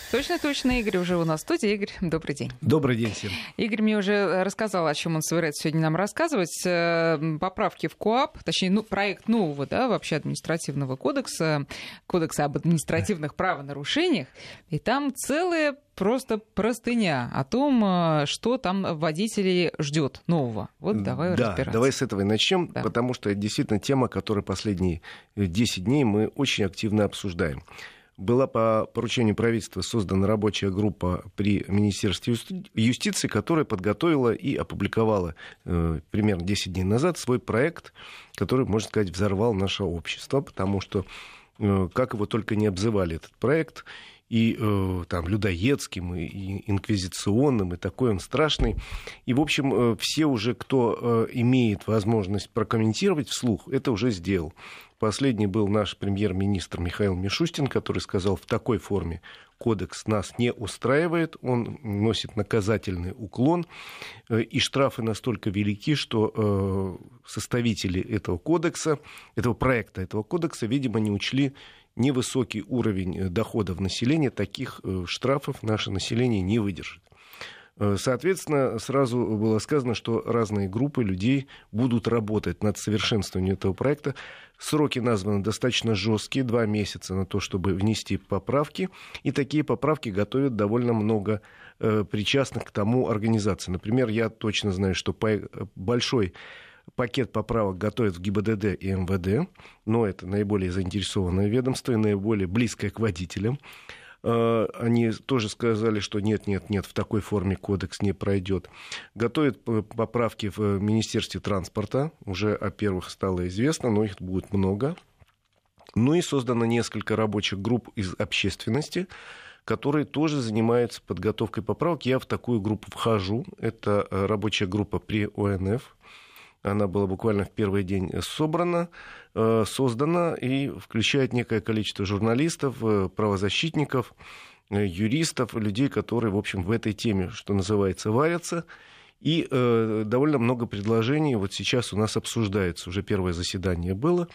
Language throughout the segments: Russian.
Точно, Игорь уже у нас в студии. Игорь, добрый день. Добрый день всем. Игорь мне уже рассказал, о чем он собирается сегодня нам рассказывать. Поправки в КоАП, точнее, проект нового, вообще административного кодекса об административных правонарушениях. И там целая просто простыня о том, что там водителей ждет нового. Вот давай разбираться. Давай с этого и начнем, потому что это действительно тема, которую последние 10 дней мы очень активно обсуждаем. Была по поручению правительства создана рабочая группа при Министерстве юстиции, которая подготовила и опубликовала примерно 10 дней назад свой проект, который, можно сказать, взорвал наше общество, потому что, как его только не обзывали этот проект, и там людоедским, и инквизиционным, и такой он страшный. И, в общем, все уже, кто имеет возможность прокомментировать вслух, это уже сделал. Последний был наш премьер-министр Михаил Мишустин, который сказал, в такой форме кодекс нас не устраивает, он носит наказательный уклон, и штрафы настолько велики, что составители этого кодекса, этого проекта, этого кодекса, видимо, не учли невысокий уровень доходов населения, таких штрафов наше население не выдержит. Соответственно, сразу было сказано, что разные группы людей будут работать над совершенствованием этого проекта. Сроки названы достаточно жесткие, 2 месяца на то, чтобы внести поправки. И такие поправки готовят довольно много причастных к тому организаций. Например, я точно знаю, что большой пакет поправок готовят в ГИБДД и МВД, но это наиболее заинтересованное ведомство и наиболее близкое к водителям. Они тоже сказали, что нет, в такой форме кодекс не пройдет. Готовят поправки в Министерстве транспорта, уже о первых стало известно, но их будет много. Ну и создано несколько рабочих групп из общественности, которые тоже занимаются подготовкой поправок. Я в такую группу вхожу, это рабочая группа при ОНФ. Она была буквально в первый день создана и включает некое количество журналистов, правозащитников, юристов, людей, которые, в общем, в этой теме, что называется, варятся. И довольно много предложений вот сейчас у нас обсуждается. Уже первое заседание было.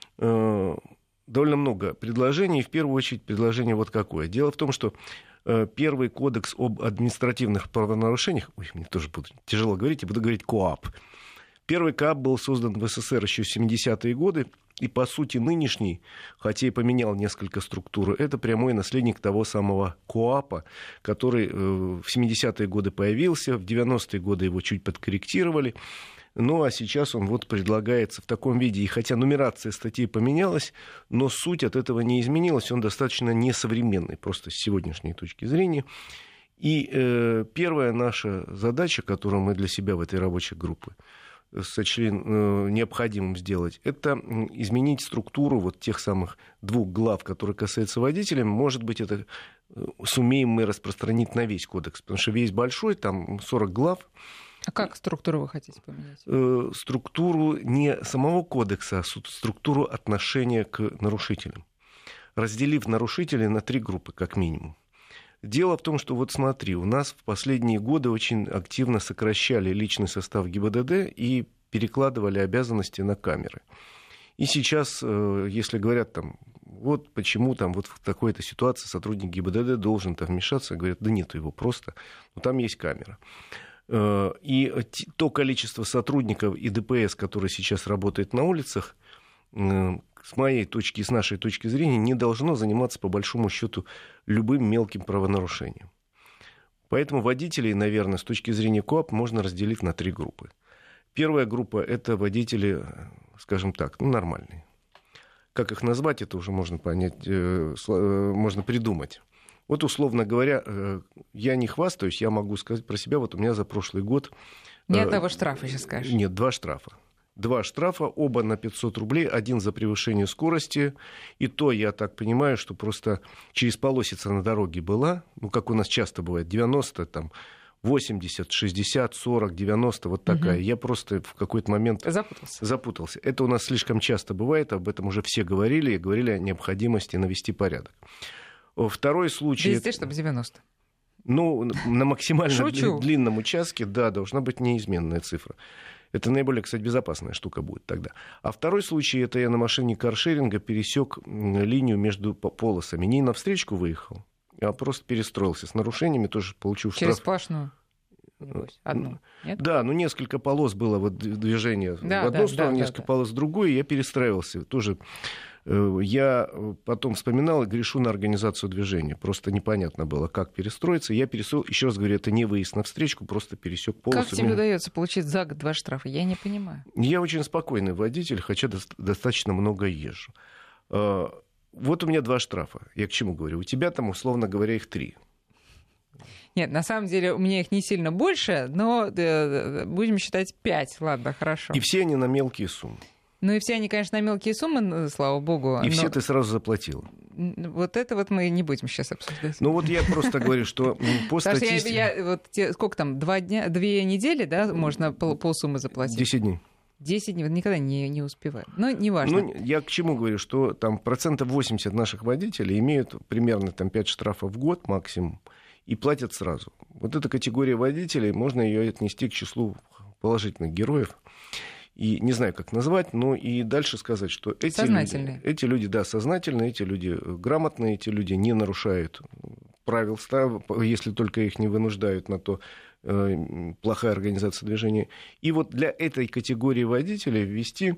Довольно много предложений. И в первую очередь предложение вот какое. Дело в том, что первый кодекс об административных правонарушениях, мне тоже будет тяжело говорить, я буду говорить КоАП. Первый КоАП был создан в СССР еще в 70-е годы, и, по сути, нынешний, хотя и поменял несколько структуру, это прямой наследник того самого КоАПа, который в 70-е годы появился, в 90-е годы его чуть подкорректировали, ну а сейчас он вот предлагается в таком виде, и хотя нумерация статей поменялась, но суть от этого не изменилась, он достаточно несовременный, просто с сегодняшней точки зрения. И первая наша задача, которую мы для себя в этой рабочей группе сочли необходимым сделать, это изменить структуру вот тех самых 2 глав, которые касаются водителей. Может быть, это сумеем мы распространить на весь кодекс, потому что весь большой, там 40 глав. А как структуру вы хотите поменять? Структуру не самого кодекса, а структуру отношения к нарушителям. Разделив нарушителей на 3 группы, как минимум. Дело в том, что вот смотри, у нас в последние годы очень активно сокращали личный состав ГИБДД и перекладывали обязанности на камеры. И сейчас, если говорят там, вот почему там вот в такой-то ситуации сотрудник ГИБДД должен там вмешаться, говорят, да нету его просто, но там есть камера. И то количество сотрудников и ДПС, которые сейчас работает на улицах, с моей точки, с нашей точки зрения, не должно заниматься, по большому счету, любым мелким правонарушением. Поэтому водителей, наверное, с точки зрения КоАП можно разделить на 3 группы. Первая группа – это водители, скажем так, нормальные. Как их назвать, это уже можно понять, можно придумать. Вот, условно говоря, я не хвастаюсь, я могу сказать про себя, вот у меня за прошлый год... Ни одного штрафа сейчас скажешь. Нет, 2 штрафа. 2 штрафа, оба на 500 рублей, один за превышение скорости. И то, я так понимаю, что просто через полосица на дороге была, ну, как у нас часто бывает, 90, там, 80, 60, 40, 90, вот такая. Я просто в какой-то момент запутался. Это у нас слишком часто бывает, об этом уже все говорили, и говорили о необходимости навести порядок. Второй случай... Везде, чтобы 90. Ну, на максимально длинном участке, да, должна быть неизменная цифра. Это наиболее, кстати, безопасная штука будет тогда. А второй случай, это я на машине каршеринга пересек линию между полосами. Не навстречку выехал, а просто перестроился. С нарушениями тоже получил штраф. Через сплошную? Одну? Нет? Да, несколько полос было движение в одну сторону, несколько полос в другую, и я перестраивался. Тоже я потом вспоминал и грешу на организацию движения. Просто непонятно было, как перестроиться. Я перестроил, еще раз говорю, это не выезд на встречку, просто пересек полосу. Как тебе удается получить за год 2 штрафа? Я не понимаю. Я очень спокойный водитель, хотя достаточно много езжу. Вот у меня 2 штрафа. Я к чему говорю? У тебя там, условно говоря, их 3. Нет, на самом деле у меня их не сильно больше, но будем считать 5. Ладно, хорошо. И все они на мелкие суммы. Ну и все они, конечно, на мелкие суммы, слава богу. И все ты сразу заплатил. Вот это вот мы не будем сейчас обсуждать. Ну вот я просто говорю, что по статистике... Сколько там, 2 недели, да, можно полсуммы заплатить? 10 дней. 10 дней, никогда не успеваю. Но неважно. Я к чему говорю, что там 80% наших водителей имеют примерно там 5 штрафов в год максимум и платят сразу. Вот эта категория водителей, можно ее отнести к числу положительных героев. И не знаю, как назвать, но и дальше сказать, что эти люди, да, сознательные, эти люди грамотные, эти люди не нарушают правил, если только их не вынуждают на то плохая организация движения. И вот для этой категории водителей ввести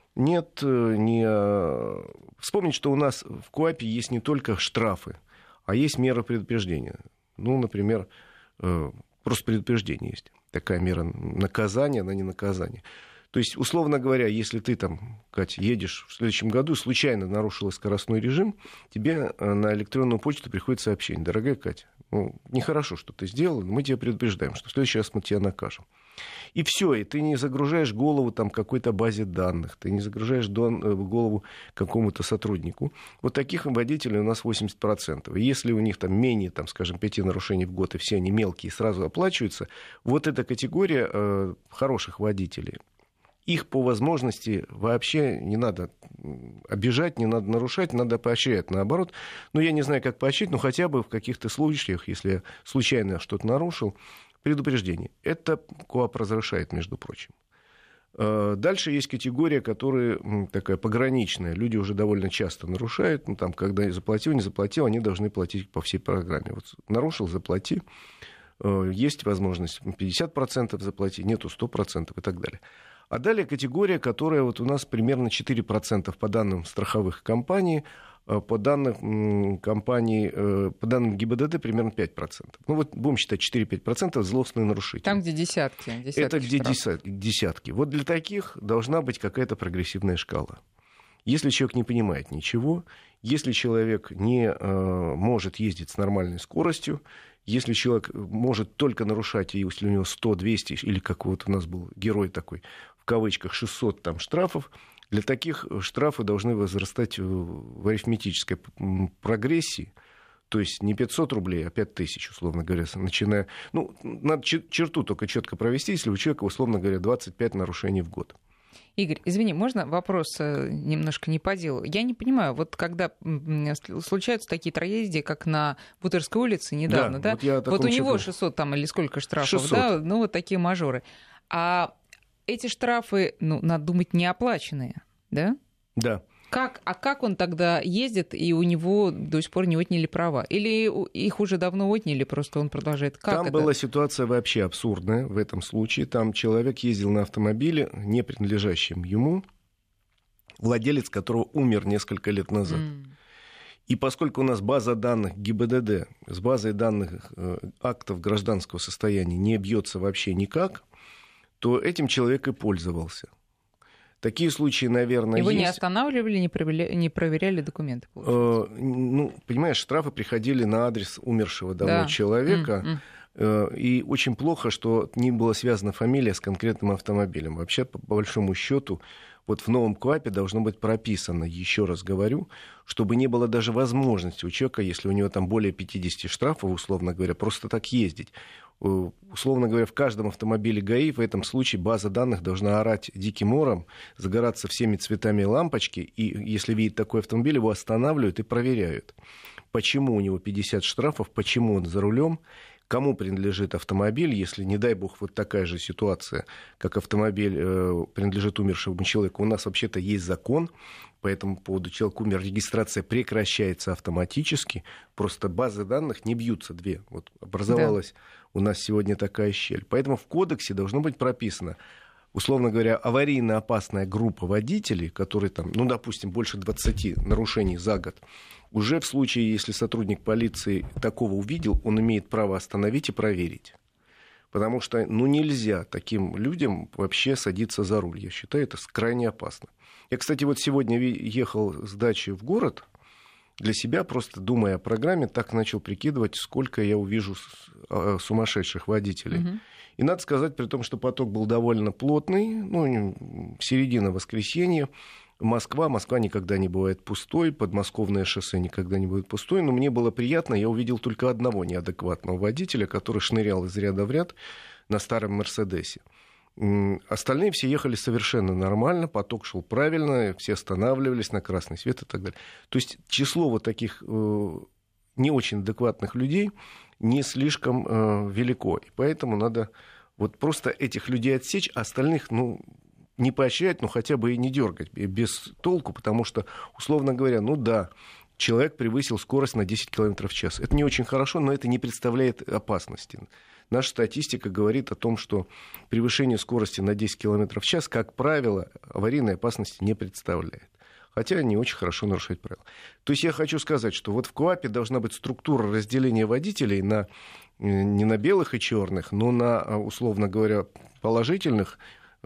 вспомнить, что у нас в КоАПе есть не только штрафы, а есть меры предупреждения. Например, просто предупреждение есть. Такая мера наказания, она не наказание. То есть, условно говоря, если ты там, Катя, едешь в следующем году, случайно нарушила скоростной режим, тебе на электронную почту приходит сообщение: дорогая Катя, нехорошо, что ты сделала, мы тебя предупреждаем, что в следующий раз мы тебя накажем. И все, и ты не загружаешь голову там какой-то базе данных, ты не загружаешь голову какому-то сотруднику. Вот таких водителей у нас 80%. И если у них там менее, там, скажем, 5 нарушений в год, и все они мелкие, сразу оплачиваются, вот эта категория хороших водителей. Их по возможности вообще не надо обижать, не надо нарушать, надо поощрять, наоборот. Я не знаю, как поощрять, но хотя бы в каких-то случаях, если я случайно что-то нарушил, предупреждение. Это КоАП разрешает, между прочим. Дальше есть категория, которая такая пограничная. Люди уже довольно часто нарушают. Когда заплатил, не заплатил, они должны платить по всей программе. Вот нарушил, заплати. Есть возможность 50% заплатить, нету 100% и так далее. А далее категория, которая вот у нас примерно 4% по данным страховых компаний, по данным ГИБДД примерно 5%. Будем считать 4-5% злостные нарушители. Там, где десятки Это где десятки. Вот для таких должна быть какая-то прогрессивная шкала. Если человек не понимает ничего, если человек не может ездить с нормальной скоростью, если человек может только нарушать, если у него 100, 200, или как вот у нас был герой такой, в кавычках, 600 там штрафов, для таких штрафы должны возрастать в арифметической прогрессии, то есть не 500 рублей, а 5000, условно говоря, начиная... Надо черту только четко провести, если у человека, условно говоря, 25 нарушений в год. Игорь, извини, можно вопрос немножко не по делу? Я не понимаю, вот когда случаются такие трагедии, как на Бутырской улице недавно, да? Вот у него 600 там или сколько штрафов, 600. Да? Вот такие мажоры. А эти штрафы, надо думать, не оплаченные, да? Да. Как он тогда ездит, и у него до сих пор не отняли права? Или их уже давно отняли, просто он продолжает? Там была ситуация вообще абсурдная в этом случае. Там человек ездил на автомобиле, не принадлежащем ему, владелец которого умер несколько лет назад. И поскольку у нас база данных ГИБДД с базой данных актов гражданского состояния не бьется вообще никак, то этим человек и пользовался. Такие случаи, наверное, Его есть. не останавливали, не проверяли документы? Понимаешь, штрафы приходили на адрес умершего давно человека. И очень плохо, что не была связана фамилия с конкретным автомобилем. Вообще, по большому счету, вот в новом КоАПе должно быть прописано, еще раз говорю, чтобы не было даже возможности у человека, если у него там более 50 штрафов, условно говоря, просто так ездить. Условно говоря, в каждом автомобиле ГАИ в этом случае база данных должна орать диким ором, загораться всеми цветами лампочки, и если видит такой автомобиль, его останавливают и проверяют, почему у него 50 штрафов, почему он за рулем, кому принадлежит автомобиль, если, не дай бог, вот такая же ситуация, как автомобиль принадлежит умершему человеку. У нас вообще-то есть закон по этому поводу. Человек умер, регистрация прекращается автоматически, просто базы данных не бьются две. Вот образовалась у нас сегодня такая щель. Поэтому в кодексе должно быть прописано, условно говоря, аварийно опасная группа водителей, которые там, ну, допустим, больше 20 нарушений за год, уже в случае, если сотрудник полиции такого увидел, он имеет право остановить и проверить. Потому что, ну, нельзя таким людям вообще садиться за руль. Я считаю, это крайне опасно. Я, кстати, вот сегодня ехал с дачи в город, для себя, просто думая о программе, так начал прикидывать, сколько я увижу сумасшедших водителей. Угу. И надо сказать, при том, что поток был довольно плотный, ну, середина воскресенья, Москва никогда не бывает пустой, подмосковное шоссе никогда не будет пустой, но мне было приятно, я увидел только одного неадекватного водителя, который шнырял из ряда в ряд на старом «Мерседесе». Остальные все ехали совершенно нормально, поток шел правильно, все останавливались на красный свет и так далее. То есть число вот таких не очень адекватных людей не слишком велико. И поэтому надо вот просто этих людей отсечь, а остальных, ну, не поощрять, но хотя бы и не дергать без толку, потому что, условно говоря, ну да, человек превысил скорость на 10 км в час. Это не очень хорошо, но это не представляет опасности. Наша статистика говорит о том, что превышение скорости на 10 км в час, как правило, аварийной опасности не представляет. Хотя не очень хорошо нарушать правила. То есть я хочу сказать, что вот в КоАПе должна быть структура разделения водителей на, не на белых и черных, но на, условно говоря, положительных,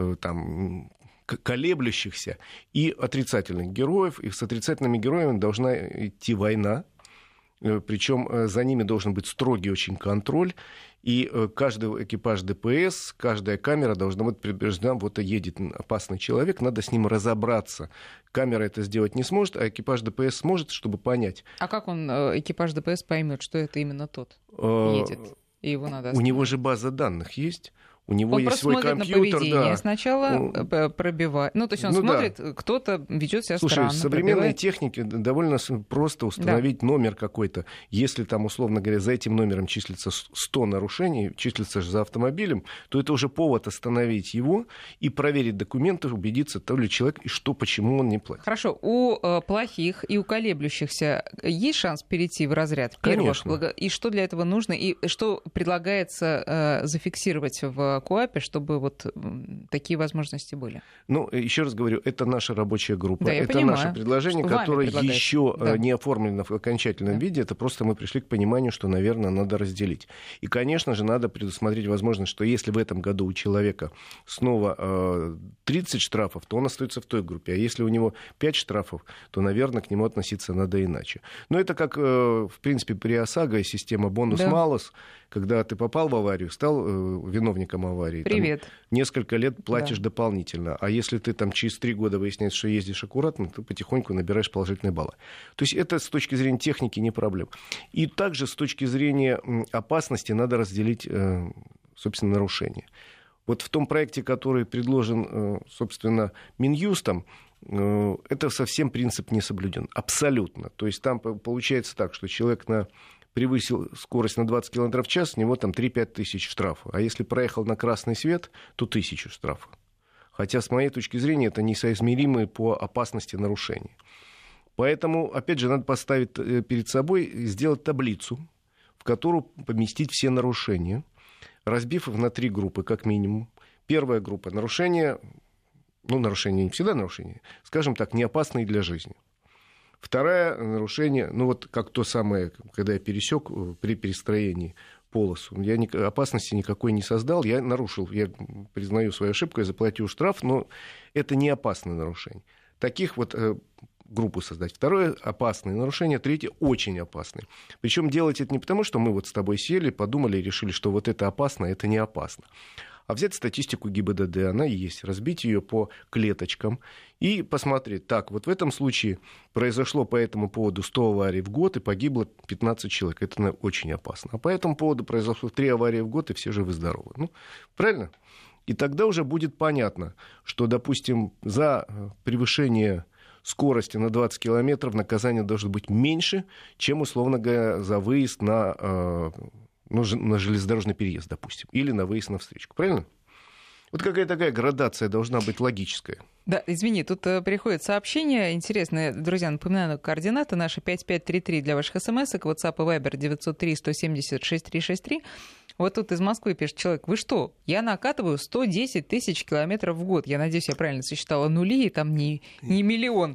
там, колеблющихся и отрицательных героев. И с отрицательными героями должна идти война. Причем за ними должен быть строгий очень контроль, и каждый экипаж ДПС, каждая камера должна быть предупреждена, вот едет опасный человек, надо с ним разобраться. Камера это сделать не сможет, а экипаж ДПС сможет, чтобы понять. А как он, экипаж ДПС, поймет, что это именно тот едет, и его надо остановить? У него же база данных есть. У него он есть свой компьютер, на поведение сначала пробивает. Ну, то есть он смотрит, кто-то ведет себя странно. Слушай, в современной технике довольно просто установить номер какой-то. Если там, условно говоря, за этим номером числится 100 нарушений, числится же за автомобилем, то это уже повод остановить его и проверить документы, убедиться, то ли человек и что, почему он не платит. Хорошо, у плохих и у колеблющихся есть шанс перейти в разряд первых? Конечно. И что для этого нужно? И что предлагается зафиксировать в КоАПе, чтобы вот такие возможности были? Ну, еще раз говорю, это наша рабочая группа. Да, это понимаю, наше предложение, которое еще не оформлено в окончательном виде. Это просто мы пришли к пониманию, что, наверное, надо разделить. И, конечно же, надо предусмотреть возможность, что если в этом году у человека снова 30 штрафов, то он остается в той группе. А если у него 5 штрафов, то, наверное, к нему относиться надо иначе. Но это как, в принципе, при ОСАГО система бонус-малус. Когда ты попал в аварию, стал виновником аварии. Привет. Там несколько лет платишь дополнительно. А если ты там через 3 года выясняется, что ездишь аккуратно, то потихоньку набираешь положительные баллы. То есть это с точки зрения техники не проблема. И также с точки зрения опасности надо разделить, собственно, нарушения. Вот в том проекте, который предложен, собственно, Минюстом, это совсем принцип не соблюден. Абсолютно. То есть там получается так, что человек превысил скорость на 20 км в час, с него там 3-5 тысяч штрафов. А если проехал на красный свет, то 1000 штрафов. Хотя, с моей точки зрения, это несоизмеримые по опасности нарушения. Поэтому, опять же, надо поставить перед собой и сделать таблицу, в которую поместить все нарушения, разбив их на 3 группы, как минимум. Первая группа — нарушения, нарушения не всегда нарушения, скажем так, не опасные для жизни. Второе нарушение, как то самое, когда я пересек при перестроении полосу. Я опасности никакой не создал, я нарушил, я признаю свою ошибку, я заплатил штраф, но это не опасное нарушение. Таких вот группу создать. Второе — опасные нарушения. Третье — очень опасные. Причем делать это не потому, что мы вот с тобой сели, подумали и решили, что вот это опасно, а это не опасно. А взять статистику ГИБДД, она и есть, разбить ее по клеточкам и посмотреть, так, вот в этом случае произошло по этому поводу 100 аварий в год и погибло 15 человек. Это очень опасно. А по этому поводу произошло 3 аварии в год, и все живы-здоровы. Правильно? И тогда уже будет понятно, что, допустим, за превышение скорости на 20 километров наказание должно быть меньше, чем, условно говоря, за выезд на ну, на железнодорожный переезд, допустим, или на выезд на встречку. Правильно? Вот какая такая градация должна быть логическая. Да, извини, тут приходит сообщение интересное. Друзья, напоминаю, координаты наши 5533 для ваших смс-ок, WhatsApp и Viber 903-170-6363. Вот тут из Москвы пишет человек: вы что, я накатываю 110 тысяч километров в год. Я надеюсь, я правильно сосчитала нули, и там не миллион.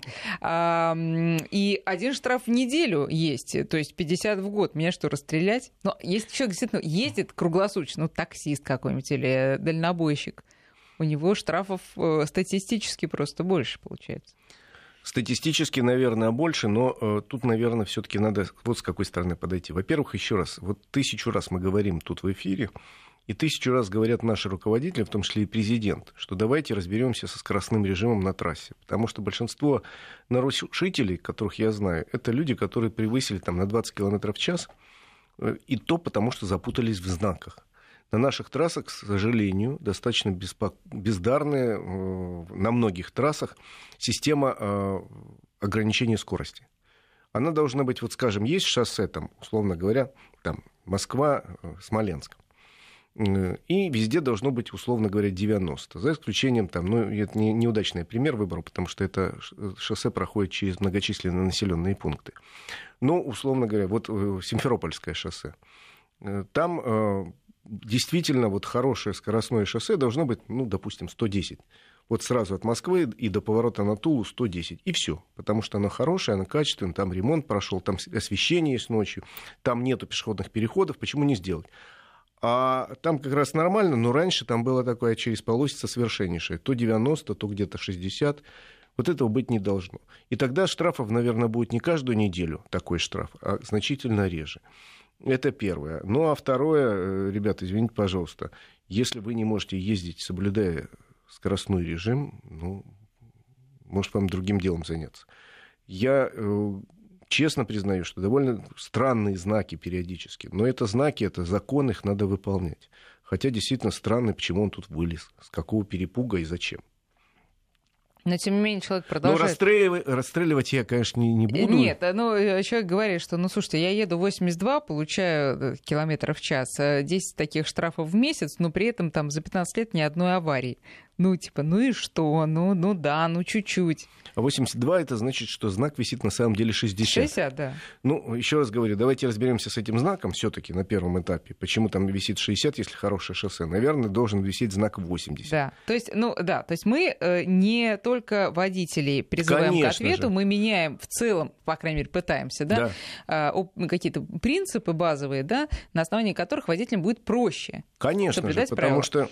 И один штраф в неделю есть, то есть 50 в год. Меня что, расстрелять? Но если человек действительно ездит круглосуточно, ну, таксист какой-нибудь или дальнобойщик, у него штрафов статистически просто больше получается. Статистически, наверное, больше, но тут, наверное, все-таки надо вот с какой стороны подойти. Во-первых, еще раз, вот 1000 раз мы говорим тут в эфире, и 1000 раз говорят наши руководители, в том числе и президент, что давайте разберемся со скоростным режимом на трассе. Потому что большинство нарушителей, которых я знаю, это люди, которые превысили там, на 20 км в час, и то потому, что запутались в знаках. На наших трассах, к сожалению, достаточно бездарная на многих трассах система ограничения скорости. Она должна быть, вот скажем, есть шоссе, там, условно говоря, там, Москва, Смоленск. И везде должно быть, условно говоря, 90. За исключением, там, ну, это неудачный пример выбрал, потому что это шоссе проходит через многочисленные населенные пункты. Но, условно говоря, вот Симферопольское шоссе. Там действительно вот хорошее скоростное шоссе должно быть, ну, допустим, 110. Вот сразу от Москвы и до поворота на Тулу 110. И все. Потому что оно хорошее, оно качественное, там ремонт прошел, там освещение есть ночью, там нету пешеходных переходов. Почему не сделать? А там как раз нормально, но раньше там было такое через полосица совершеннейшее. То 90, то где-то 60. Вот этого быть не должно. И тогда штрафов, наверное, будет не каждую неделю такой штраф, а значительно реже. Это первое. Ну, а второе, ребята, извините, пожалуйста, если вы не можете ездить, соблюдая скоростной режим, ну, может, вам другим делом заняться. Я честно признаю, что довольно странные знаки периодически, но это знаки, это закон, их надо выполнять. Хотя действительно странно, почему он тут вылез, с какого перепуга и зачем. Но, тем не менее, человек продолжает... Ну, расстреливать я, конечно, не буду. Нет, ну, человек говорит, что, ну, слушайте, я еду 82, получаю километров в час, 10 таких штрафов в месяц, но при этом там за 15 лет ни одной аварии. Ну, типа, ну и что? Ну да, ну чуть-чуть. А 82 это значит, что знак висит на самом деле 60. 60, да. Ну, еще раз говорю, давайте разберемся с этим знаком все-таки на первом этапе. Почему там висит 60, если хорошее шоссе? Наверное, должен висеть знак 80. Да, то есть, ну да, то есть мы не только водителей призываем к ответу, мы меняем в целом, по крайней мере, пытаемся, да. Какие-то принципы базовые, да, на основании которых водителям будет проще. Конечно же, потому что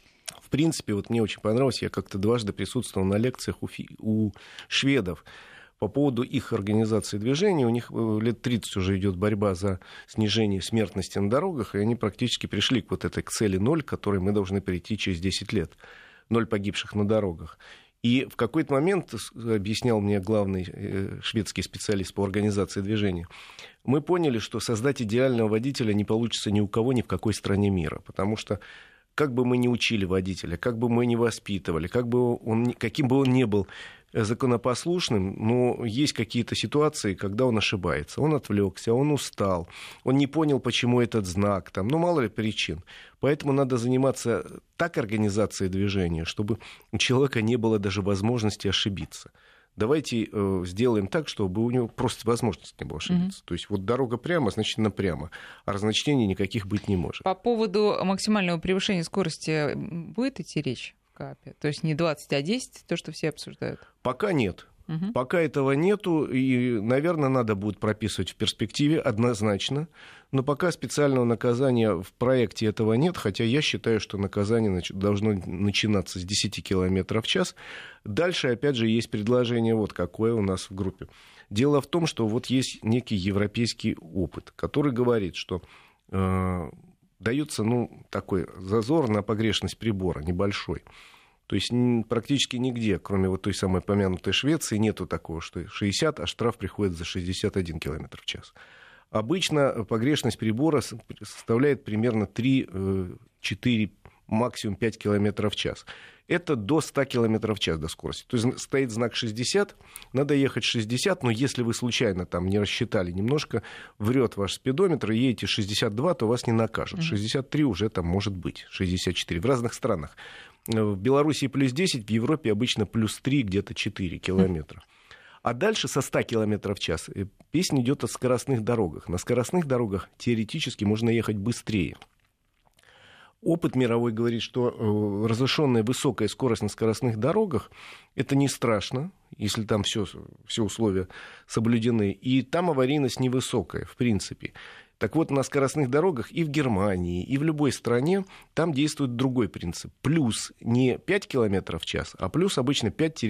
в принципе, вот мне очень понравилось, я как-то дважды присутствовал на лекциях у шведов по поводу их организации движения. У них лет 30 уже идет борьба за снижение смертности на дорогах, и они практически пришли к вот этой к цели 0, к которой мы должны прийти через 10 лет. 0 погибших на дорогах. И в какой-то момент, объяснял мне главный шведский специалист по организации движения, мы поняли, что создать идеального водителя не получится ни у кого, ни в какой стране мира, потому что как бы мы ни учили водителя, как бы мы ни воспитывали, каким бы он ни был законопослушным, но есть какие-то ситуации, когда он ошибается. Он отвлекся, он устал, он не понял, почему этот знак, там, ну, мало ли причин. Поэтому надо заниматься так организацией движения, чтобы у человека не было даже возможности ошибиться. Давайте сделаем так, чтобы у него просто возможности не было ошибиться. То есть вот дорога прямо, значит, она прямо, а разночтений никаких быть не может. По поводу максимального превышения скорости будет идти речь в КАПе? То есть не 20, а 10, то, что все обсуждают? Пока нет. Пока этого нету, и, наверное, надо будет прописывать в перспективе однозначно, но пока специального наказания в проекте этого нет, хотя я считаю, что наказание должно начинаться с 10 км в час. Дальше, опять же, есть предложение вот какое у нас в группе. Дело в том, что вот есть некий европейский опыт, который говорит, что дается, ну, такой зазор на погрешность прибора небольшой. То есть практически нигде, кроме вот той самой помянутой Швеции, нету такого, что 60, а штраф приходит за 61 км в час. Обычно погрешность прибора составляет примерно 3-4, максимум 5 км в час. Это до 100 км в час до скорости. То есть стоит знак 60, надо ехать 60, но если вы случайно там не рассчитали немножко, врет ваш спидометр, и едете 62, то вас не накажут. 63 уже там может быть, 64 в разных странах. В Беларуси плюс 10, в Европе обычно плюс 3, где-то 4 километра. А дальше со 100 км в час песня идет о скоростных дорогах. На скоростных дорогах теоретически можно ехать быстрее. Опыт мировой говорит, что разрешенная высокая скорость на скоростных дорогах — это не страшно, если там все условия соблюдены. И там аварийность невысокая, в принципе. Так вот, на скоростных дорогах и в Германии, и в любой стране там действует другой принцип. Плюс не 5 км в час, а плюс обычно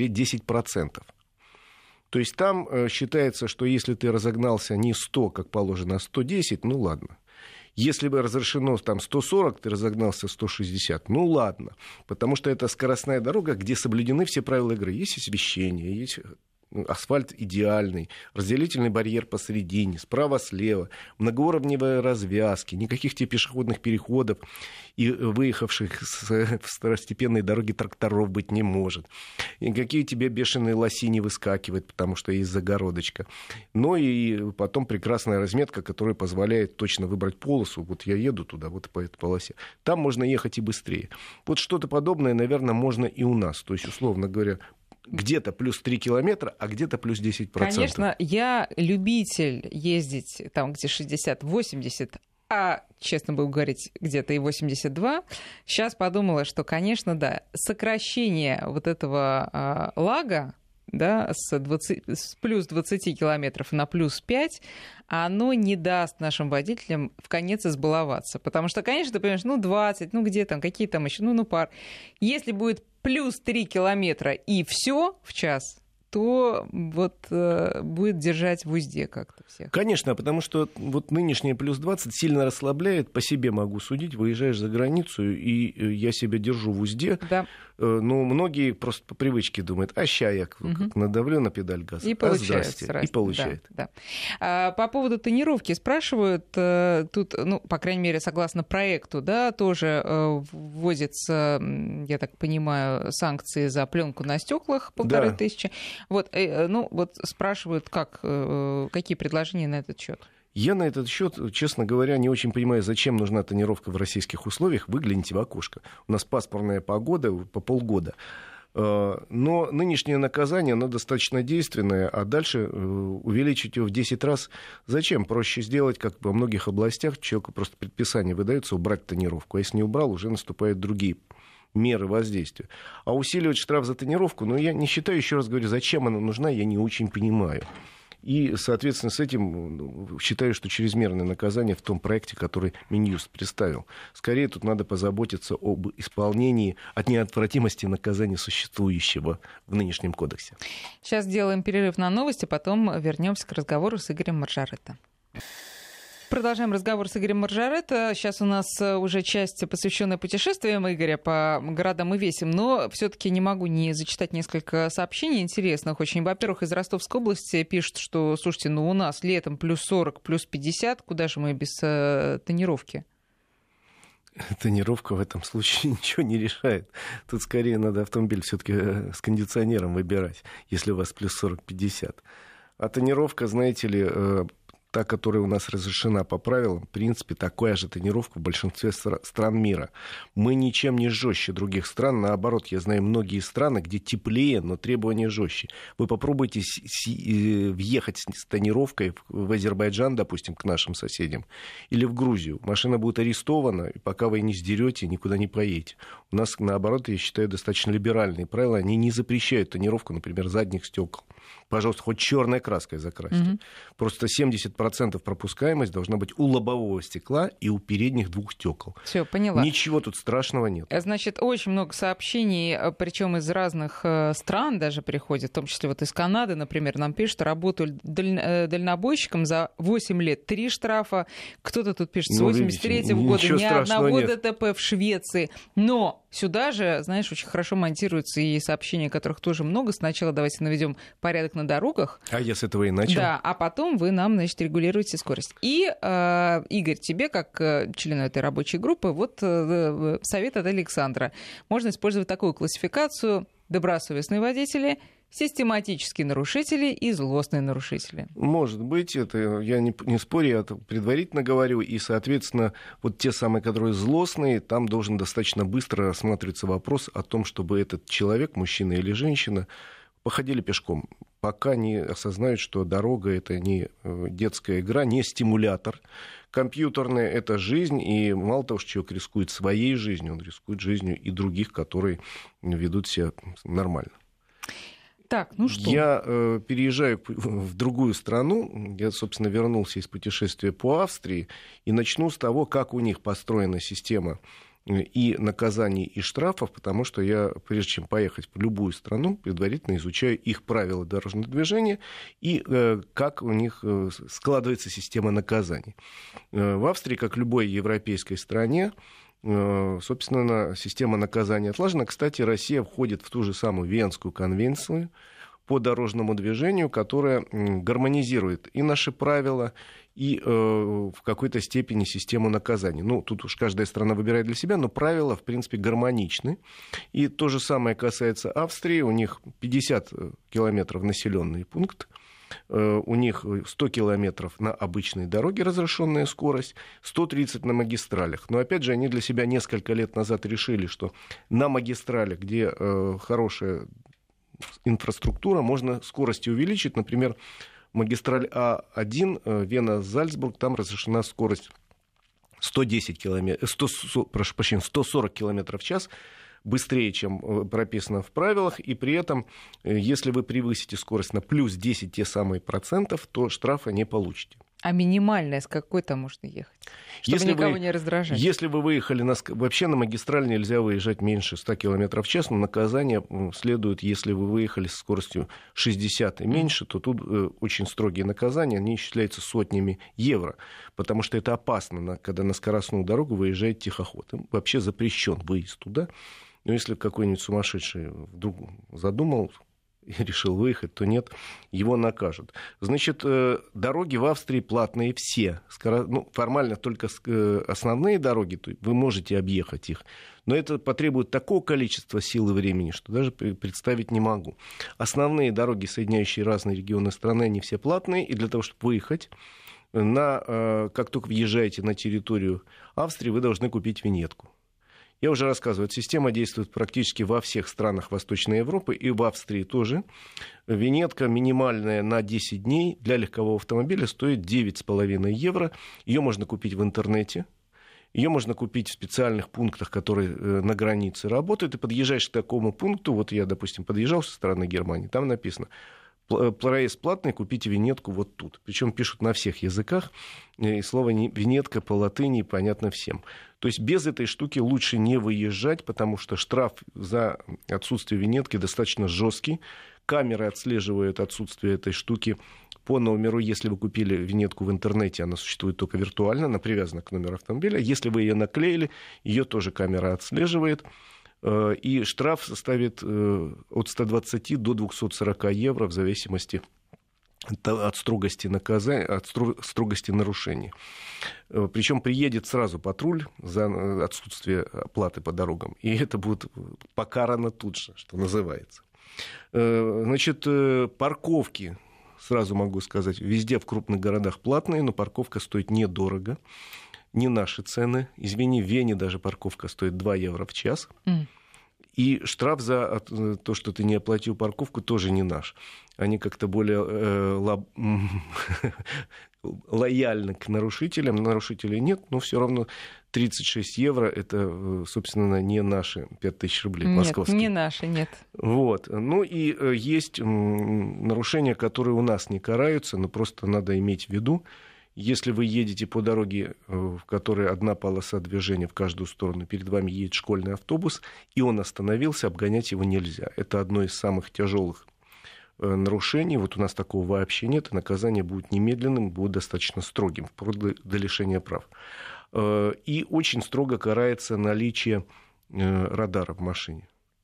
5-10%. То есть там считается, что если ты разогнался не 100, как положено, а 110, ну ладно. Если бы разрешено там 140, ты разогнался 160, ну ладно. Потому что это скоростная дорога, где соблюдены все правила игры. Есть освещение, есть асфальт идеальный, разделительный барьер посередине, справа-слева, многоуровневые развязки, никаких тебе пешеходных переходов и выехавших с второстепенной дороги тракторов быть не может. Никакие тебе бешеные лоси не выскакивают, потому что есть загородочка. Но и потом прекрасная разметка, которая позволяет точно выбрать полосу. Вот я еду туда, вот по этой полосе. Там можно ехать и быстрее. Вот что-то подобное, наверное, можно и у нас. То есть, условно говоря, где-то плюс 3 километра, а где-то плюс 10%. Конечно, я любитель ездить там, где 60-80, а, честно будем говорить, где-то и 82. Сейчас подумала, что, конечно, да, сокращение вот этого лага, да, с плюс 20 километров на плюс 5, оно не даст нашим водителям в конец избаловаться. Потому что, конечно, ты понимаешь, 20, где там, какие там еще, пар. Если будет плюс 3 километра и все в час, то вот будет держать в узде как-то всех. Конечно, потому что вот нынешнее плюс 20 сильно расслабляет, по себе могу судить, выезжаешь за границу, и я себя держу в узде. Да. Но многие просто по привычке думают, ща я как надавлю на педаль газа, и получают. И получает. Да. По поводу тонировки спрашивают, тут, по крайней мере, согласно проекту, да, тоже вводятся, я так понимаю, санкции за пленку на стеклах 1500. Вот спрашивают, какие предложения на этот счет? Я на этот счет, честно говоря, не очень понимаю, зачем нужна тонировка в российских условиях. Выгляните в окошко. У нас пасмурная погода по полгода. Но нынешнее наказание, оно достаточно действенное, а дальше увеличить его в 10 раз зачем? Проще сделать, как во многих областях, человеку просто предписание выдается убрать тонировку. А если не убрал, уже наступают другие меры воздействия. А усиливать штраф за тонировку, я не считаю, еще раз говорю, зачем она нужна, я не очень понимаю. И, соответственно, с этим считаю, что чрезмерное наказание в том проекте, который Минюст представил. Скорее, тут надо позаботиться об исполнении от неотвратимости наказания существующего в нынешнем кодексе. Сейчас сделаем перерыв на новости, потом вернемся к разговору с Игорем Маржаретто. Продолжаем разговор с Игорем Маржаретто. Сейчас у нас уже часть, посвященная путешествиям Игоря по городам и весям, но все-таки не могу не зачитать несколько сообщений интересных очень. Во-первых, из Ростовской области пишут, что, слушайте, у нас летом плюс 40, плюс 50, куда же мы без тонировки? Тонировка в этом случае ничего не решает. Тут скорее надо автомобиль все-таки с кондиционером выбирать, если у вас плюс 40-50. А тонировка, знаете ли, та, которая у нас разрешена по правилам, в принципе, такая же тонировка в большинстве стран мира. Мы ничем не жестче других стран. Наоборот, я знаю многие страны, где теплее, но требования жестче. Вы попробуйте въехать с тонировкой в Азербайджан, допустим, к нашим соседям, или в Грузию. Машина будет арестована, и пока вы не сдерете, никуда не поедете. У нас, наоборот, я считаю, достаточно либеральные правила. Они не запрещают тонировку, например, задних стекол. Пожалуйста, хоть черной краской закрасьте. Просто 70% пропускаемость должна быть у лобового стекла и у передних двух стекол. Все, поняла. Ничего тут страшного нет. Значит, очень много сообщений, причем из разных стран даже приходят, в том числе вот из Канады, например, нам пишут, работаю дальнобойщиком за 8 лет 3 штрафа. Кто-то тут пишет, с 83-го года ни одного ДТП в Швеции. Но сюда же, знаешь, очень хорошо монтируются и сообщения, которых тоже много. Сначала давайте наведем порядок на дорогах. А я с этого и начал. Да, а потом вы нам, значит, регулируете скорость. И, Игорь, тебе, как члену этой рабочей группы, вот совет от Александра. Можно использовать такую классификацию: добросовестные водители, систематические нарушители и злостные нарушители. Может быть, это я не спорю, я это предварительно говорю, и, соответственно, вот те самые, которые злостные, там должен достаточно быстро рассматриваться вопрос о том, чтобы этот человек, мужчина или женщина, походили пешком, пока не осознают, что дорога — это не детская игра, не стимулятор компьютерный, это жизнь, и мало того, что человек рискует своей жизнью, он рискует жизнью и других, которые ведут себя нормально. Так, ну что? Я переезжаю в другую страну. Я, собственно, вернулся из путешествия по Австрии. И начну с того, как у них построена система и наказаний, и штрафов, потому что я, прежде чем поехать в любую страну, предварительно изучаю их правила дорожного движения и как у них складывается система наказаний. В Австрии, как в любой европейской стране, собственно, система наказания отлажена. Кстати, Россия входит в ту же самую Венскую конвенцию по дорожному движению, которая гармонизирует и наши правила, и в какой-то степени систему наказаний. Ну, тут уж каждая страна выбирает для себя, но правила, в принципе, гармоничны. И то же самое касается Австрии. У них 50 километров населенный пункт. У них 100 километров на обычной дороге разрешенная скорость, 130 на магистралях. Но, опять же, они для себя несколько лет назад решили, что на магистралях, где хорошая инфраструктура, можно скорости увеличить. Например, магистраль А1, Вена-Зальцбург, там разрешена скорость 140 километров в час, быстрее, чем прописано в правилах, и при этом, если вы превысите скорость на плюс 10 те самые процентов, то штрафа не получите. А минимальная с какой там можно ехать? Чтобы никого не раздражать. Если вы выехали, вообще на магистраль нельзя выезжать меньше 100 км в час, но наказание следует, если вы выехали с скоростью 60 и меньше, то тут очень строгие наказания, они исчисляются сотнями евро, потому что это опасно, когда на скоростную дорогу выезжает тихоход. Им вообще запрещен выезд туда. Но если какой-нибудь сумасшедший вдруг задумал и решил выехать, то нет, его накажут. Значит, дороги в Австрии платные все. Формально только основные дороги, то вы можете объехать их. Но это потребует такого количества сил и времени, что даже представить не могу. Основные дороги, соединяющие разные регионы страны, они все платные. И для того, чтобы выехать, как только въезжаете на территорию Австрии, вы должны купить виньетку. Я уже рассказывал, эта система действует практически во всех странах Восточной Европы, и в Австрии тоже. Виньетка минимальная на 10 дней для легкового автомобиля стоит 9,5 евро. Ее можно купить в интернете. Ее можно купить в специальных пунктах, которые на границе работают. И подъезжаешь к такому пункту, вот я, допустим, подъезжал со стороны Германии, там написано: проезд платный, купите виньетку вот тут. Причем пишут на всех языках, и слово виньетка по латыни понятно всем. То есть без этой штуки лучше не выезжать, потому что штраф за отсутствие виньетки достаточно жесткий. Камеры отслеживают отсутствие этой штуки по номеру. Если вы купили виньетку в интернете, она существует только виртуально, она привязана к номеру автомобиля. Если вы ее наклеили, ее тоже камера отслеживает. И штраф составит от 120 до 240 евро в зависимости от строгости наказания, от строгости нарушений. Причем приедет сразу патруль за отсутствие оплаты по дорогам, и это будет покарано тут же, что называется. Значит, парковки, сразу могу сказать, везде в крупных городах платные, но парковка стоит недорого. Не наши цены. Извини, в Вене даже парковка стоит 2 евро в час. И штраф за то, что ты не оплатил парковку, тоже не наш. Они как-то более лояльны к нарушителям. Нарушителей нет, но все равно 36 евро — это, собственно, не наши 5000 рублей московские. Нет, не наши, нет. Вот. Ну и есть нарушения, которые у нас не караются, но просто надо иметь в виду. Если вы едете по дороге, в которой одна полоса движения в каждую сторону, перед вами едет школьный автобус, и он остановился, обгонять его нельзя. Это одно из самых тяжелых нарушений. Вот у нас такого вообще нет, и наказание будет немедленным, будет достаточно строгим, вплоть до лишения прав. И очень строго карается наличие радара в машине.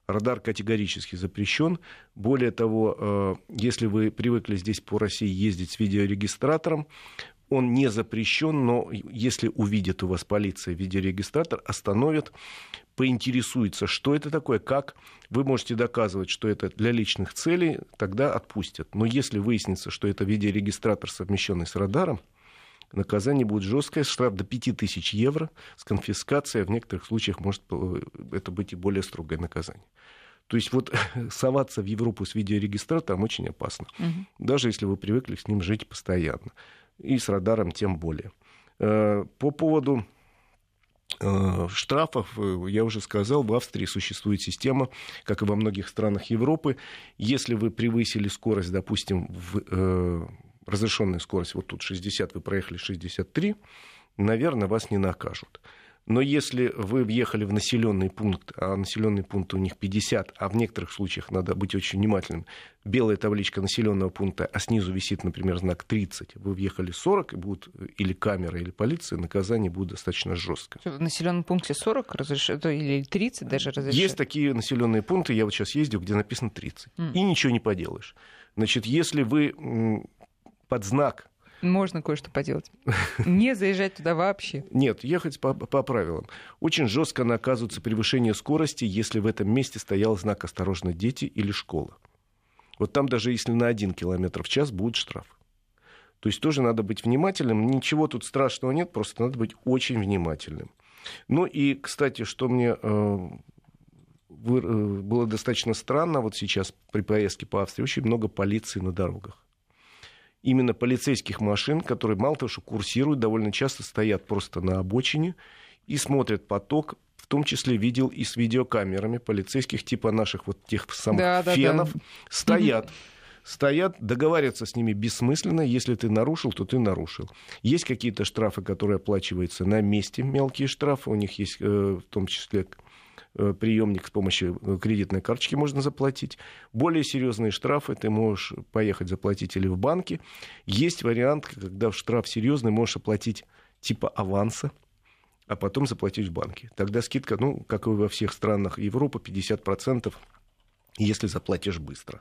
Радар категорически запрещен. Более того, если вы привыкли здесь по России ездить с видеорегистратором, он не запрещен, но если увидит у вас полиция видеорегистратор, остановит, поинтересуется, что это такое, как вы можете доказывать, что это для личных целей, тогда отпустят. Но если выяснится, что это видеорегистратор, совмещенный с радаром, наказание будет жесткое, штраф до 5000 евро с конфискацией, в некоторых случаях может это быть и более строгое наказание. То есть вот соваться в Европу с видеорегистратором очень опасно, даже если вы привыкли с ним жить постоянно. И с радаром тем более. По поводу штрафов, я уже сказал, в Австрии существует система, как и во многих странах Европы. Если вы превысили скорость, допустим, разрешенную скорость, вот тут 60, вы проехали 63, наверное, вас не накажут. Но если вы въехали в населенный пункт, а населенный пункт у них 50, а в некоторых случаях надо быть очень внимательным, белая табличка населенного пункта, а снизу висит, например, знак 30, вы въехали 40, и будут или камера, или полиция, наказание будет достаточно жесткое. В населенном пункте 40 разрешено, или 30 даже разрешено? Есть такие населенные пункты, я вот сейчас ездил, где написано 30, и ничего не поделаешь. Значит, если вы под знак... Можно кое-что поделать. Не заезжать туда вообще. Нет, ехать по правилам. Очень жестко наказывается превышение скорости, если в этом месте стоял знак «Осторожно, дети» или «Школа». Вот там даже если на 1 км в час будет штраф. То есть тоже надо быть внимательным. Ничего тут страшного нет, просто надо быть очень внимательным. Ну и, кстати, что мне было достаточно странно, вот сейчас при поездке по Австрии очень много полиции на дорогах. Именно полицейских машин, которые мало того, что курсируют, довольно часто стоят просто на обочине и смотрят поток, в том числе видел и с видеокамерами полицейских, типа наших вот тех самых фенов, стоят, договариваться с ними бессмысленно, если ты нарушил, то ты нарушил. Есть какие-то штрафы, которые оплачиваются на месте, мелкие штрафы, у них есть в том числе... приемник с помощью кредитной карточки можно заплатить. Более серьезные штрафы ты можешь поехать заплатить или в банке. Есть вариант, когда штраф серьезный, можешь оплатить типа аванса, а потом заплатить в банке. Тогда скидка, ну, как и во всех странах Европы, 50%, если заплатишь быстро.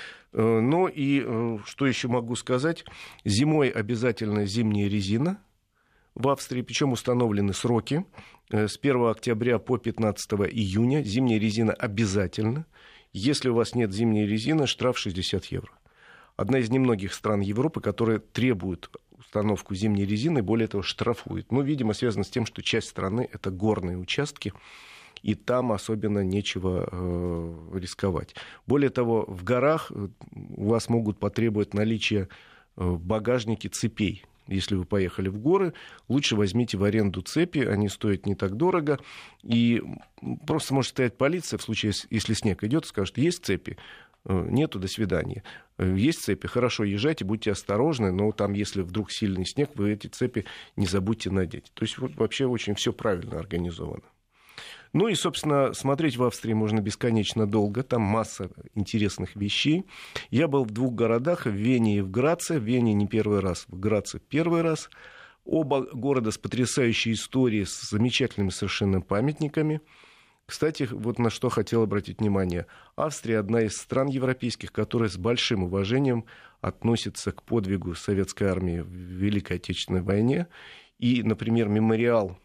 Ну и что еще могу сказать? Зимой обязательно зимняя резина в Австрии, причем установлены сроки. С 1 октября по 15 июня зимняя резина обязательно. Если у вас нет зимней резины, штраф 60 евро. Одна из немногих стран Европы, которая требует установку зимней резины, более того, штрафует. Ну, видимо, связано с тем, что часть страны — это горные участки, и там особенно нечего рисковать. Более того, в горах у вас могут потребовать наличия в багажнике цепей. Если вы поехали в горы, лучше возьмите в аренду цепи, они стоят не так дорого. И просто может стоять полиция в случае, если снег идет, скажет, есть цепи? Нету, до свидания. Есть цепи? Хорошо, езжайте, будьте осторожны, но там, если вдруг сильный снег, вы эти цепи не забудьте надеть. То есть вот, вообще очень все правильно организовано. Ну и, собственно, смотреть в Австрии можно бесконечно долго. Там масса интересных вещей. Я был в 2 городах, в Вене и в Граце. В Вене не первый раз, в Граце первый раз. Оба города с потрясающей историей, с замечательными совершенно памятниками. Кстати, вот на что хотел обратить внимание. Австрия — одна из стран европейских, которая с большим уважением относится к подвигу советской армии в Великой Отечественной войне. И, например, мемориал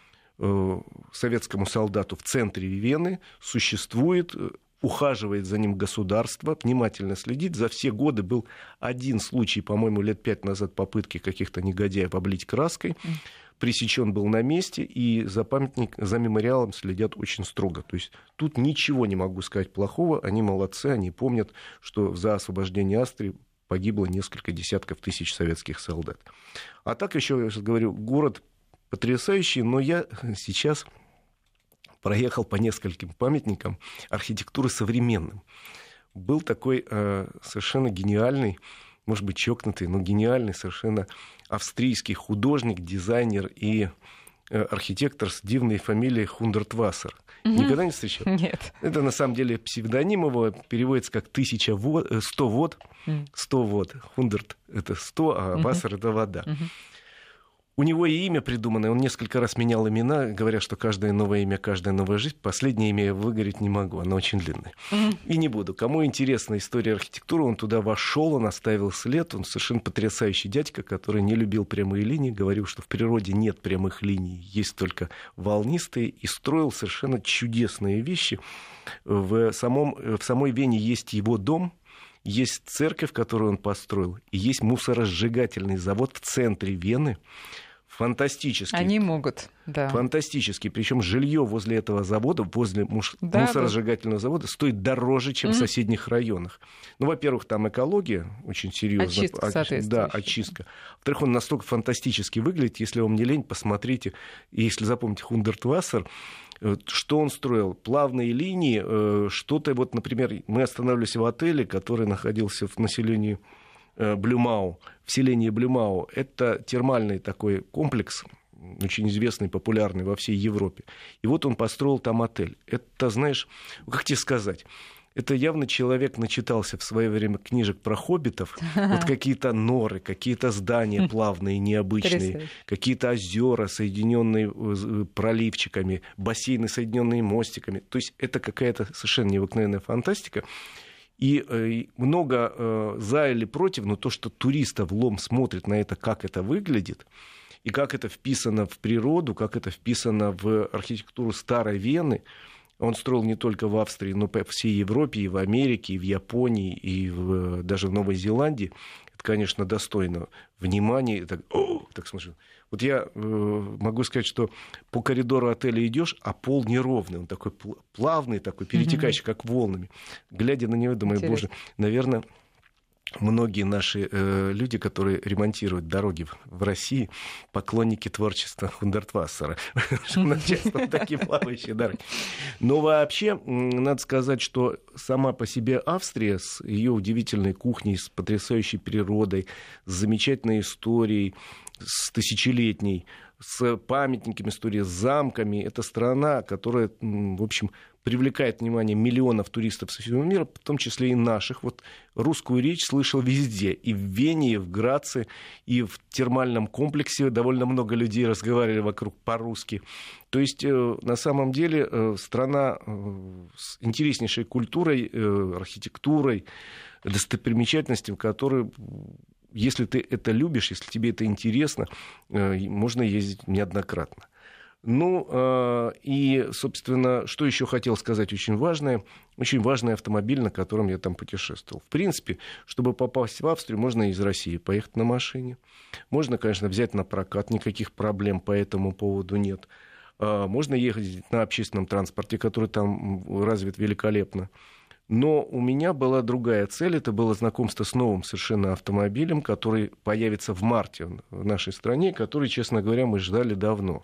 советскому солдату в центре Вены существует, ухаживает за ним государство, внимательно следит. За все годы был один случай, по-моему, лет 5 назад, попытки каких-то негодяев облить краской. Пресечен был на месте, и за памятник, за мемориалом следят очень строго. То есть тут ничего не могу сказать плохого. Они молодцы, они помнят, что за освобождение Австрии погибло несколько десятков тысяч советских солдат. А так еще, я сейчас говорю, город потрясающий, но я сейчас проехал по нескольким памятникам архитектуры современным. Был такой совершенно гениальный, может быть, чокнутый, но гениальный совершенно австрийский художник, дизайнер и архитектор с дивной фамилией Хундртвассер. Никогда не встречал? Нет. Это на самом деле псевдоним его, переводится как 100 вод. 100 вод. Хундрт — это 100, а Вассер — это вода. У него и имя придуманное, он несколько раз менял имена, говоря, что каждое новое имя, каждая новая жизнь. Последнее имя я выговорить не могу, оно очень длинное. И не буду. Кому интересна история архитектуры, он туда вошел, он оставил след, он совершенно потрясающий дядька, который не любил прямые линии, говорил, что в природе нет прямых линий, есть только волнистые, и строил совершенно чудесные вещи. В самой Вене есть его дом, есть церковь, которую он построил, и есть мусоросжигательный завод в центре Вены. Фантастический. Они могут, да. Фантастический. Причем жилье возле этого завода, возле мусоросжигательного завода, стоит дороже, чем в соседних районах. Ну, во-первых, там экология очень серьезная. Очистка. Во-вторых, он настолько фантастически выглядит. Если вам не лень, посмотрите. И если запомните Хундертвассер, что он строил? Плавные линии, что-то вот, например, мы останавливались в отеле, который находился в населении Блюмау, в селении Блюмау. Это термальный такой комплекс, очень известный, популярный во всей Европе. И вот он построил там отель. Это, знаешь, как тебе сказать... Это явно человек начитался в свое время книжек про хоббитов. Вот какие-то норы, какие-то здания плавные, необычные, какие-то озера, соединенные проливчиками, бассейны, соединенные мостиками. То есть это какая-то совершенно необыкновенная фантастика. И много за или против, но то, что туристы влом смотрят на это, как это выглядит, и как это вписано в природу, как это вписано в архитектуру старой Вены. Он строил не только в Австрии, но по всей Европе, и в Америке, и в Японии, и даже в Новой Зеландии. Это, конечно, достойно внимания. Так смотрю. Вот я могу сказать, что по коридору отеля идешь, а пол неровный. Он такой плавный, такой перетекающий, как волнами. Глядя на него, думаю, боже, наверное... Многие наши люди, которые ремонтируют дороги в России, поклонники творчества Хундертвассера. Часто такие плавающие дороги. Но вообще, надо сказать, что сама по себе Австрия с ее удивительной кухней, с потрясающей природой, с замечательной историей, с тысячелетней, с памятниками истории, с замками. Это страна, которая, в общем, привлекает внимание миллионов туристов со всего мира, в том числе и наших. Вот русскую речь слышал везде. И в Вене, и в Граце, и в термальном комплексе довольно много людей разговаривали вокруг по-русски. То есть, на самом деле, страна с интереснейшей культурой, архитектурой, достопримечательностями, которые... Если ты это любишь, если тебе это интересно, можно ездить неоднократно. Ну, и, собственно, что еще хотел сказать очень важный автомобиль, на котором я там путешествовал. В принципе, чтобы попасть в Австрию, можно из России поехать на машине. Можно, конечно, взять на прокат, никаких проблем по этому поводу нет. Можно ехать на общественном транспорте, который там развит великолепно. Но у меня была другая цель, это было знакомство с новым совершенно автомобилем, который появится в марте в нашей стране, который, честно говоря, мы ждали давно.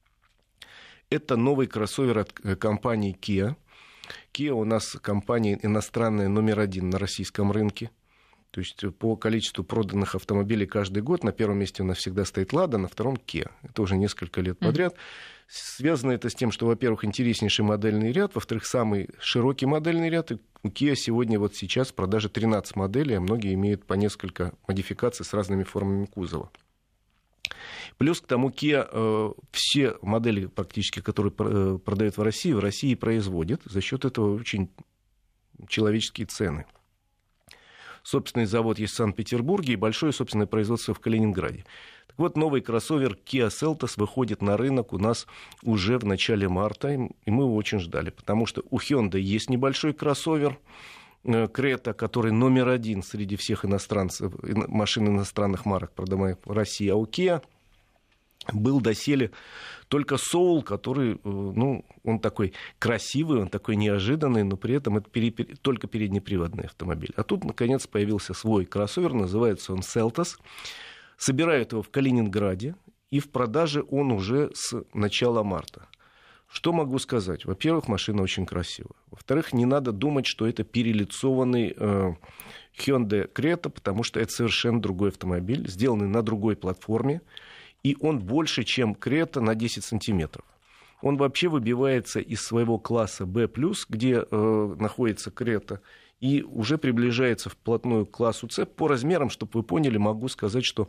Это новый кроссовер от компании Kia. Kia у нас компания иностранная номер 1 на российском рынке. То есть по количеству проданных автомобилей каждый год на первом месте у нас всегда стоит Lada, на втором Kia. Это уже несколько лет подряд. Связано это с тем, что, во-первых, интереснейший модельный ряд, во-вторых, самый широкий модельный ряд. И у Kia сегодня вот сейчас в продаже 13 моделей, а многие имеют по несколько модификаций с разными формами кузова. Плюс к тому Kia все модели практически, которые продают в России производит. За счет этого очень человеческие цены. Собственный завод есть в Санкт-Петербурге и большое собственное производство в Калининграде. Так вот, новый кроссовер Kia Seltos выходит на рынок у нас уже в начале марта, и мы его очень ждали, потому что у Hyundai есть небольшой кроссовер Creta, который номер 1 среди всех иностранцев, машин иностранных марок, продаваемых в России, а у Kia был доселе только Soul, который, ну, он такой красивый, он такой неожиданный, но при этом это только переднеприводный автомобиль. А тут, наконец, появился свой кроссовер, называется он Seltos. Собирают его в Калининграде, и в продаже он уже с начала марта. Что могу сказать? Во-первых, машина очень красивая. Во-вторых, не надо думать, что это перелицованный Hyundai Creta, потому что это совершенно другой автомобиль, сделанный на другой платформе. И он больше, чем Крета, на 10 сантиметров. Он вообще выбивается из своего класса B+, где находится Крета, и уже приближается вплотную к классу C. По размерам, чтобы вы поняли, могу сказать, что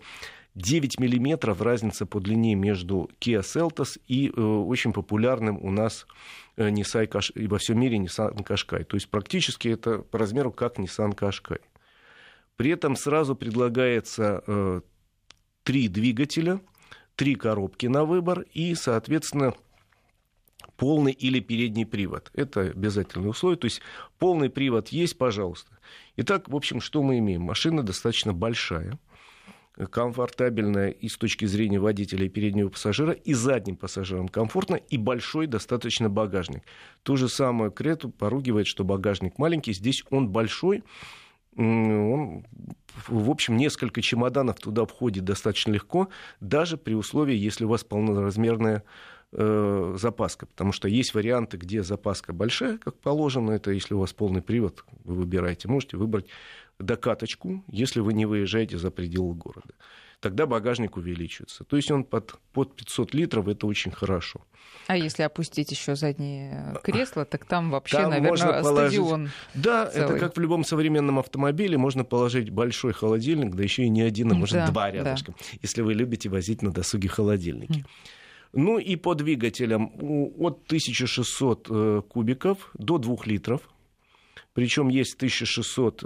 9 миллиметров разница по длине между Kia Seltos и очень популярным у нас Nissan Qashqai, и во всем мире Nissan Qashqai. То есть практически это по размеру как Nissan Qashqai. При этом сразу предлагается 3 двигателя, 3 коробки на выбор и, соответственно, полный или передний привод. Это обязательное условие. То есть полный привод есть, пожалуйста. Итак, в общем, что мы имеем? Машина достаточно большая, комфортабельная и с точки зрения водителя и переднего пассажира, и задним пассажирам комфортно, и большой достаточно багажник. То же самое Крету поругивает, что багажник маленький. Здесь он большой. Он, в общем, несколько чемоданов туда входит достаточно легко, даже при условии, если у вас полноразмерная запаска, потому что есть варианты, где запаска большая, как положено, это если у вас полный привод, вы выбираете, можете выбрать докаточку, если вы не выезжаете за пределы города. Тогда багажник увеличивается. То есть он под 500 литров, это очень хорошо. А если опустить еще задние кресла, так там вообще, там, наверное, стадион. Да, целый. Это как в любом современном автомобиле, можно положить большой холодильник, да еще и не один, а может два рядышком, если вы любите возить на досуге холодильники. Ну и по двигателям от 1600 кубиков до 2 литров. Причем есть 1600,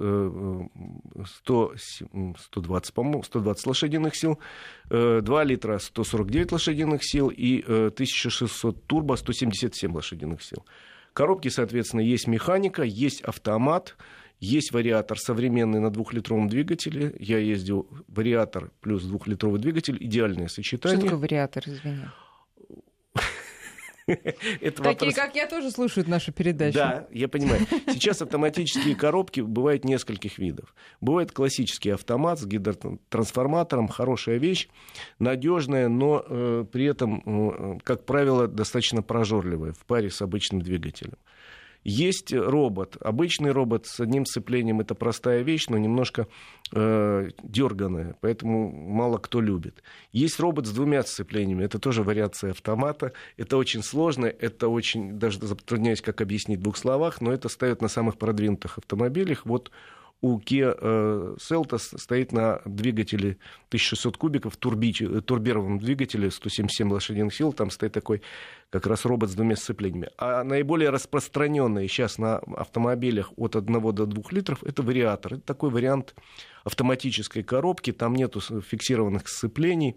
120, по-моему, 120 лошадиных сил, 2 литра 149 лошадиных сил и 1600 турбо 177 лошадиных сил. Коробки, соответственно, есть механика, есть автомат, есть вариатор современный на 2-литровом двигателе. Я ездил вариатор плюс 2-литровый двигатель, идеальное сочетание. Что такое вариатор, извини? Такие, вопрос... как я, тоже слушают нашу передачу. Да, я понимаю. Сейчас автоматические коробки бывают нескольких видов. Бывает классический автомат с гидротрансформатором, хорошая вещь, надежная, но при этом, как правило, достаточно прожорливая в паре с обычным двигателем. Есть робот, обычный робот с одним сцеплением, это простая вещь, но немножко дерганая, поэтому мало кто любит. Есть робот с 2 сцеплениями, это тоже вариация автомата, это очень сложно, это очень, даже затрудняюсь, как объяснить в 2 словах, но это ставят на самых продвинутых автомобилях. Вот у Kia Seltos стоит на двигателе 1600 кубиков, турбированном двигателе 177 лошадиных сил, там стоит такой как раз робот с 2 сцеплениями. А наиболее распространенные сейчас на автомобилях от 1 до 2 литров это вариатор. Это такой вариант автоматической коробки, там нету фиксированных сцеплений.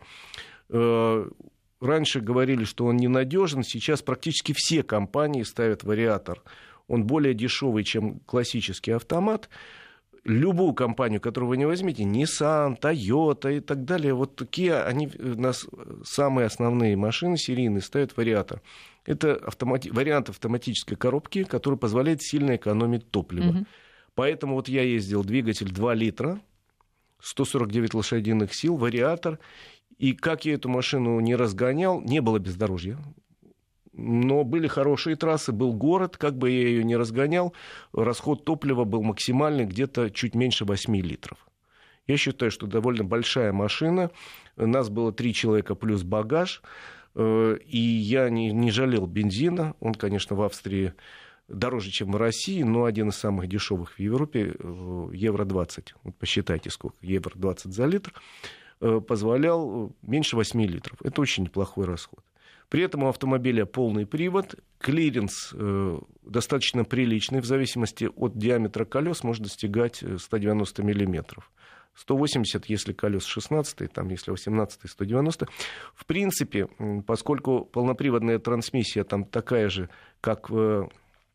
Раньше говорили, что он ненадежен, сейчас практически все компании ставят вариатор. Он более дешевый, чем классический автомат. Любую компанию, которую вы не возьмете, Nissan, Toyota и так далее, вот Kia, они у нас самые основные машины серийные ставят вариатор. Это вариант автоматической коробки, который позволяет сильно экономить топливо. Поэтому вот я ездил двигатель 2 литра, 149 лошадиных сил, вариатор. И как я эту машину не разгонял, не было бездорожья. Но были хорошие трассы, был город, как бы я ее не разгонял, расход топлива был максимальный, где-то чуть меньше 8 литров. Я считаю, что довольно большая машина, нас было 3 человека плюс багаж, и я не жалел бензина, он, конечно, в Австрии дороже, чем в России, но один из самых дешевых в Европе, евро 20, вот посчитайте сколько, евро 20 за литр, позволял меньше 8 литров. Это очень неплохой расход. При этом у автомобиля полный привод, клиренс достаточно приличный, в зависимости от диаметра колес может достигать 190 миллиметров. 180, если колес 16, там, если 18, 190. В принципе, поскольку полноприводная трансмиссия там такая же, как в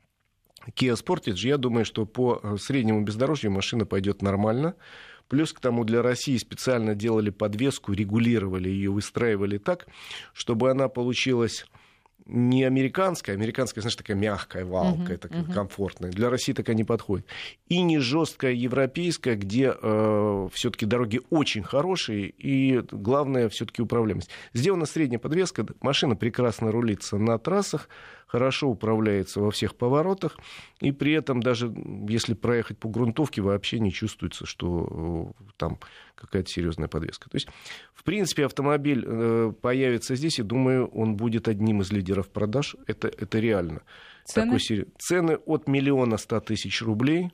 Kia Sportage, я думаю, что по среднему бездорожью машина пойдет нормально. Плюс к тому для России специально делали подвеску, регулировали ее, выстраивали так, чтобы она получилась не американская, знаешь, такая мягкая, валкая, такая комфортная. Для России такая не подходит. И не жесткая европейская, где все-таки дороги очень хорошие, и главное все-таки управляемость. Сделана средняя подвеска, машина прекрасно рулится на трассах, хорошо управляется во всех поворотах, и при этом даже если проехать по грунтовке, вообще не чувствуется, что там какая-то серьезная подвеска. То есть, в принципе, автомобиль появится здесь, и думаю, он будет одним из лидеров продаж. Это реально. Цены? Цены от 1 100 000 рублей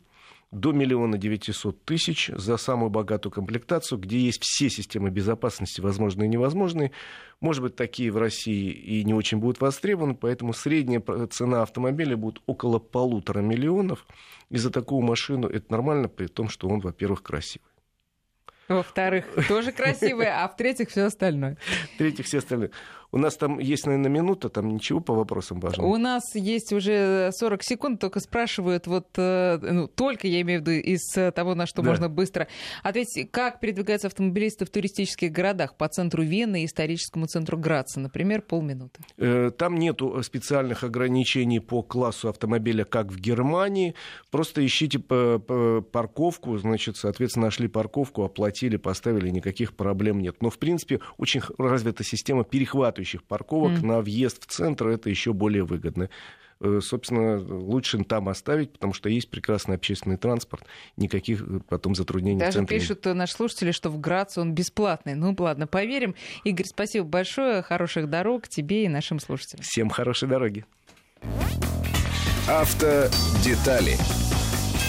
до 1 900 000 за самую богатую комплектацию, где есть все системы безопасности, возможные и невозможные. Может быть, такие в России и не очень будут востребованы, поэтому средняя цена автомобиля будет около 1,5 миллиона. И за такую машину это нормально, при том, что он, во-первых, красивый. Во-вторых, тоже красивый, а в-третьих, все остальное. В-третьих, все остальное. У нас там есть, наверное, минута, там ничего по вопросам важным? У нас есть уже 40 секунд, только спрашивают, только я имею в виду из того, на что можно быстро ответить. Как передвигаются автомобилисты в туристических городах по центру Вены и историческому центру Граца? Например, полминуты. Там нету специальных ограничений по классу автомобиля, как в Германии. Просто ищите парковку, значит, соответственно, нашли парковку, оплатили, поставили, никаких проблем нет. Но, в принципе, очень развита система перехватывающих парковок на въезд в центр, это еще более выгодно. Собственно, лучше там оставить, потому что есть прекрасный общественный транспорт, никаких потом затруднений в центре. Даже пишут наши слушатели, что в Граце он бесплатный. Ну, ладно, поверим. Игорь, спасибо большое, хороших дорог тебе и нашим слушателям. Всем хорошей дороги. Автодетали.